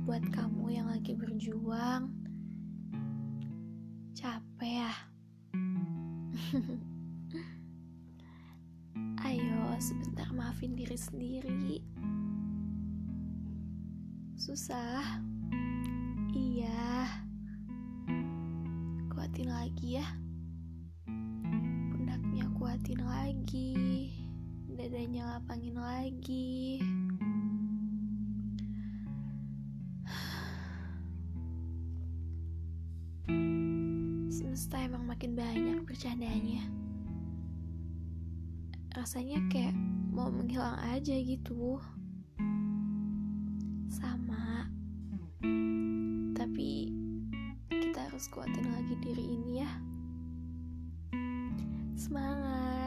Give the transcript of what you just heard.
buat kamu yang lagi berjuang. Capek ya? Ayo sebentar maafin diri sendiri. Susah? Iya. Kuatin lagi ya. Pundaknya kuatin lagi. Dadanya lapangin lagi. Semesta emang makin banyak bercandanya. Rasanya kayak mau menghilang aja gitu. Sama. Tapi kita harus kuatin lagi diri ini ya. Semangat.